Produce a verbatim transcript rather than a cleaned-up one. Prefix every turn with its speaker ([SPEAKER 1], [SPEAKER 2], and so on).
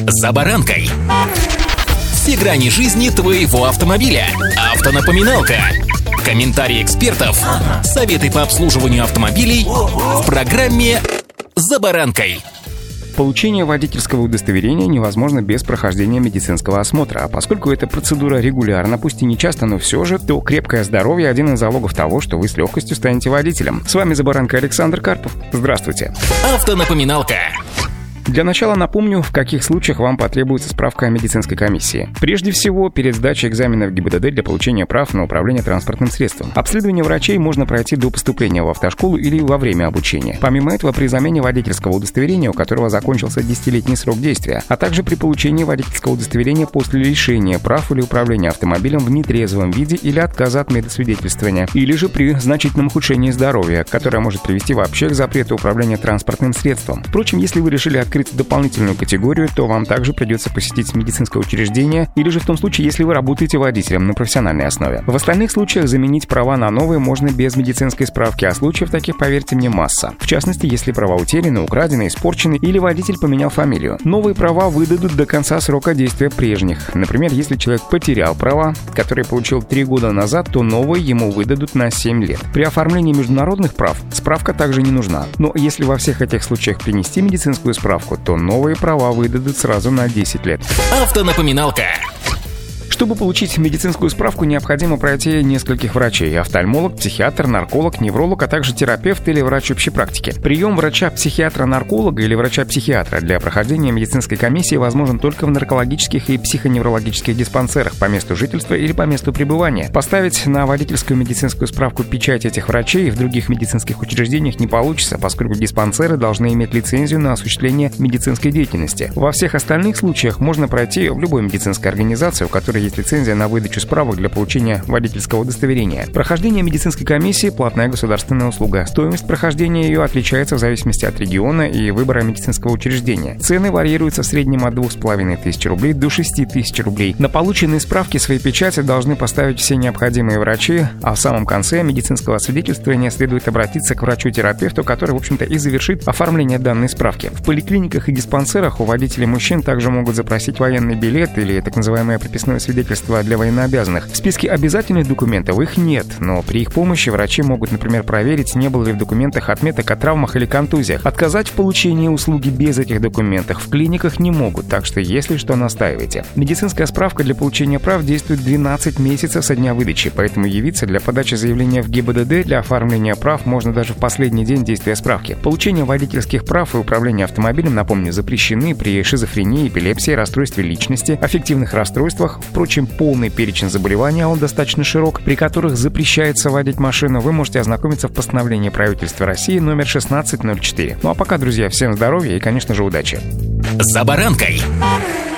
[SPEAKER 1] «За баранкой». Все грани жизни твоего автомобиля. Автонапоминалка. Комментарии экспертов. Советы по обслуживанию автомобилей в программе «За баранкой».
[SPEAKER 2] Получение водительского удостоверения невозможно без прохождения медицинского осмотра, а поскольку эта процедура регулярна, пусть и не часто, но все же, то крепкое здоровье – один из залогов того, что вы с легкостью станете водителем. С вами «За баранкой» Александр Карпов. Здравствуйте.
[SPEAKER 1] Автонапоминалка.
[SPEAKER 2] Для начала напомню, в каких случаях вам потребуется справка о медицинской комиссии. Прежде всего, перед сдачей экзамена в ГИБДД для получения прав на управление транспортным средством. Обследование врачей можно пройти до поступления в автошколу или во время обучения. Помимо этого, при замене водительского удостоверения, у которого закончился десятилетний срок действия, а также при получении водительского удостоверения после лишения прав или управления автомобилем в нетрезвом виде или отказа от медосвидетельствования, или же при значительном ухудшении здоровья, которое может привести вообще к запрету управления транспортным средством. Впрочем, если вы решили открыть дополнительную категорию, то вам также придется посетить медицинское учреждение, или же в том случае, если вы работаете водителем на профессиональной основе. В остальных случаях заменить права на новые можно без медицинской справки, а случаев таких, поверьте мне, масса. В частности, если права утеряны, украдены, испорчены или водитель поменял фамилию. Новые права выдадут до конца срока действия прежних. Например, если человек потерял права, которые получил три года назад, то новые ему выдадут на семь лет. При оформлении международных прав справка также не нужна. Но если во всех этих случаях принести медицинскую справку, то новые права выдадут сразу на десять лет.
[SPEAKER 1] Автонапоминалка.
[SPEAKER 2] Чтобы получить медицинскую справку, необходимо пройти нескольких врачей: офтальмолог, психиатр, нарколог, невролог, а также терапевт или врач общей практики. Прием врача-психиатра-нарколога или врача-психиатра для прохождения медицинской комиссии возможен только в наркологических и психоневрологических диспансерах по месту жительства или по месту пребывания. Поставить на водительскую медицинскую справку печать этих врачей в других медицинских учреждениях не получится, поскольку диспансеры должны иметь лицензию на осуществление медицинской деятельности. Во всех остальных случаях можно пройти в любой медицинской организации, у которой есть лицензия на выдачу справок для получения водительского удостоверения. Прохождение медицинской комиссии – платная государственная услуга. Стоимость прохождения ее отличается в зависимости от региона и выбора медицинского учреждения. Цены варьируются в среднем от двух с половиной тысяч рублей до шести тысяч рублей. На полученные справки свои печати должны поставить все необходимые врачи, а в самом конце медицинского свидетельствования следует обратиться к врачу-терапевту, который, в общем-то, и завершит оформление данной справки. В поликлиниках и диспансерах у водителей мужчин также могут запросить военный билет или так называемое прописное свидетельство для военнообязанных. В списке обязательных документов их нет, но при их помощи врачи могут, например, проверить, не было ли в документах отметок о травмах или контузиях. Отказать в получении услуги без этих документов в клиниках не могут, так что если что, настаивайте. Медицинская справка для получения прав действует двенадцать месяцев со дня выдачи, поэтому явиться для подачи заявления в ГИБДД для оформления прав можно даже в последний день действия справки. Получение водительских прав и управление автомобилем, напомню, запрещены при шизофрении, эпилепсии, расстройстве личности, аффективных расстройствах. Впрочем, полный перечень заболеваний, а он достаточно широк, при которых запрещается водить машину, вы можете ознакомиться в постановлении правительства России номер шестнадцать ноль четыре. Ну а пока, друзья, всем здоровья и, конечно же, удачи.
[SPEAKER 1] За баранкой.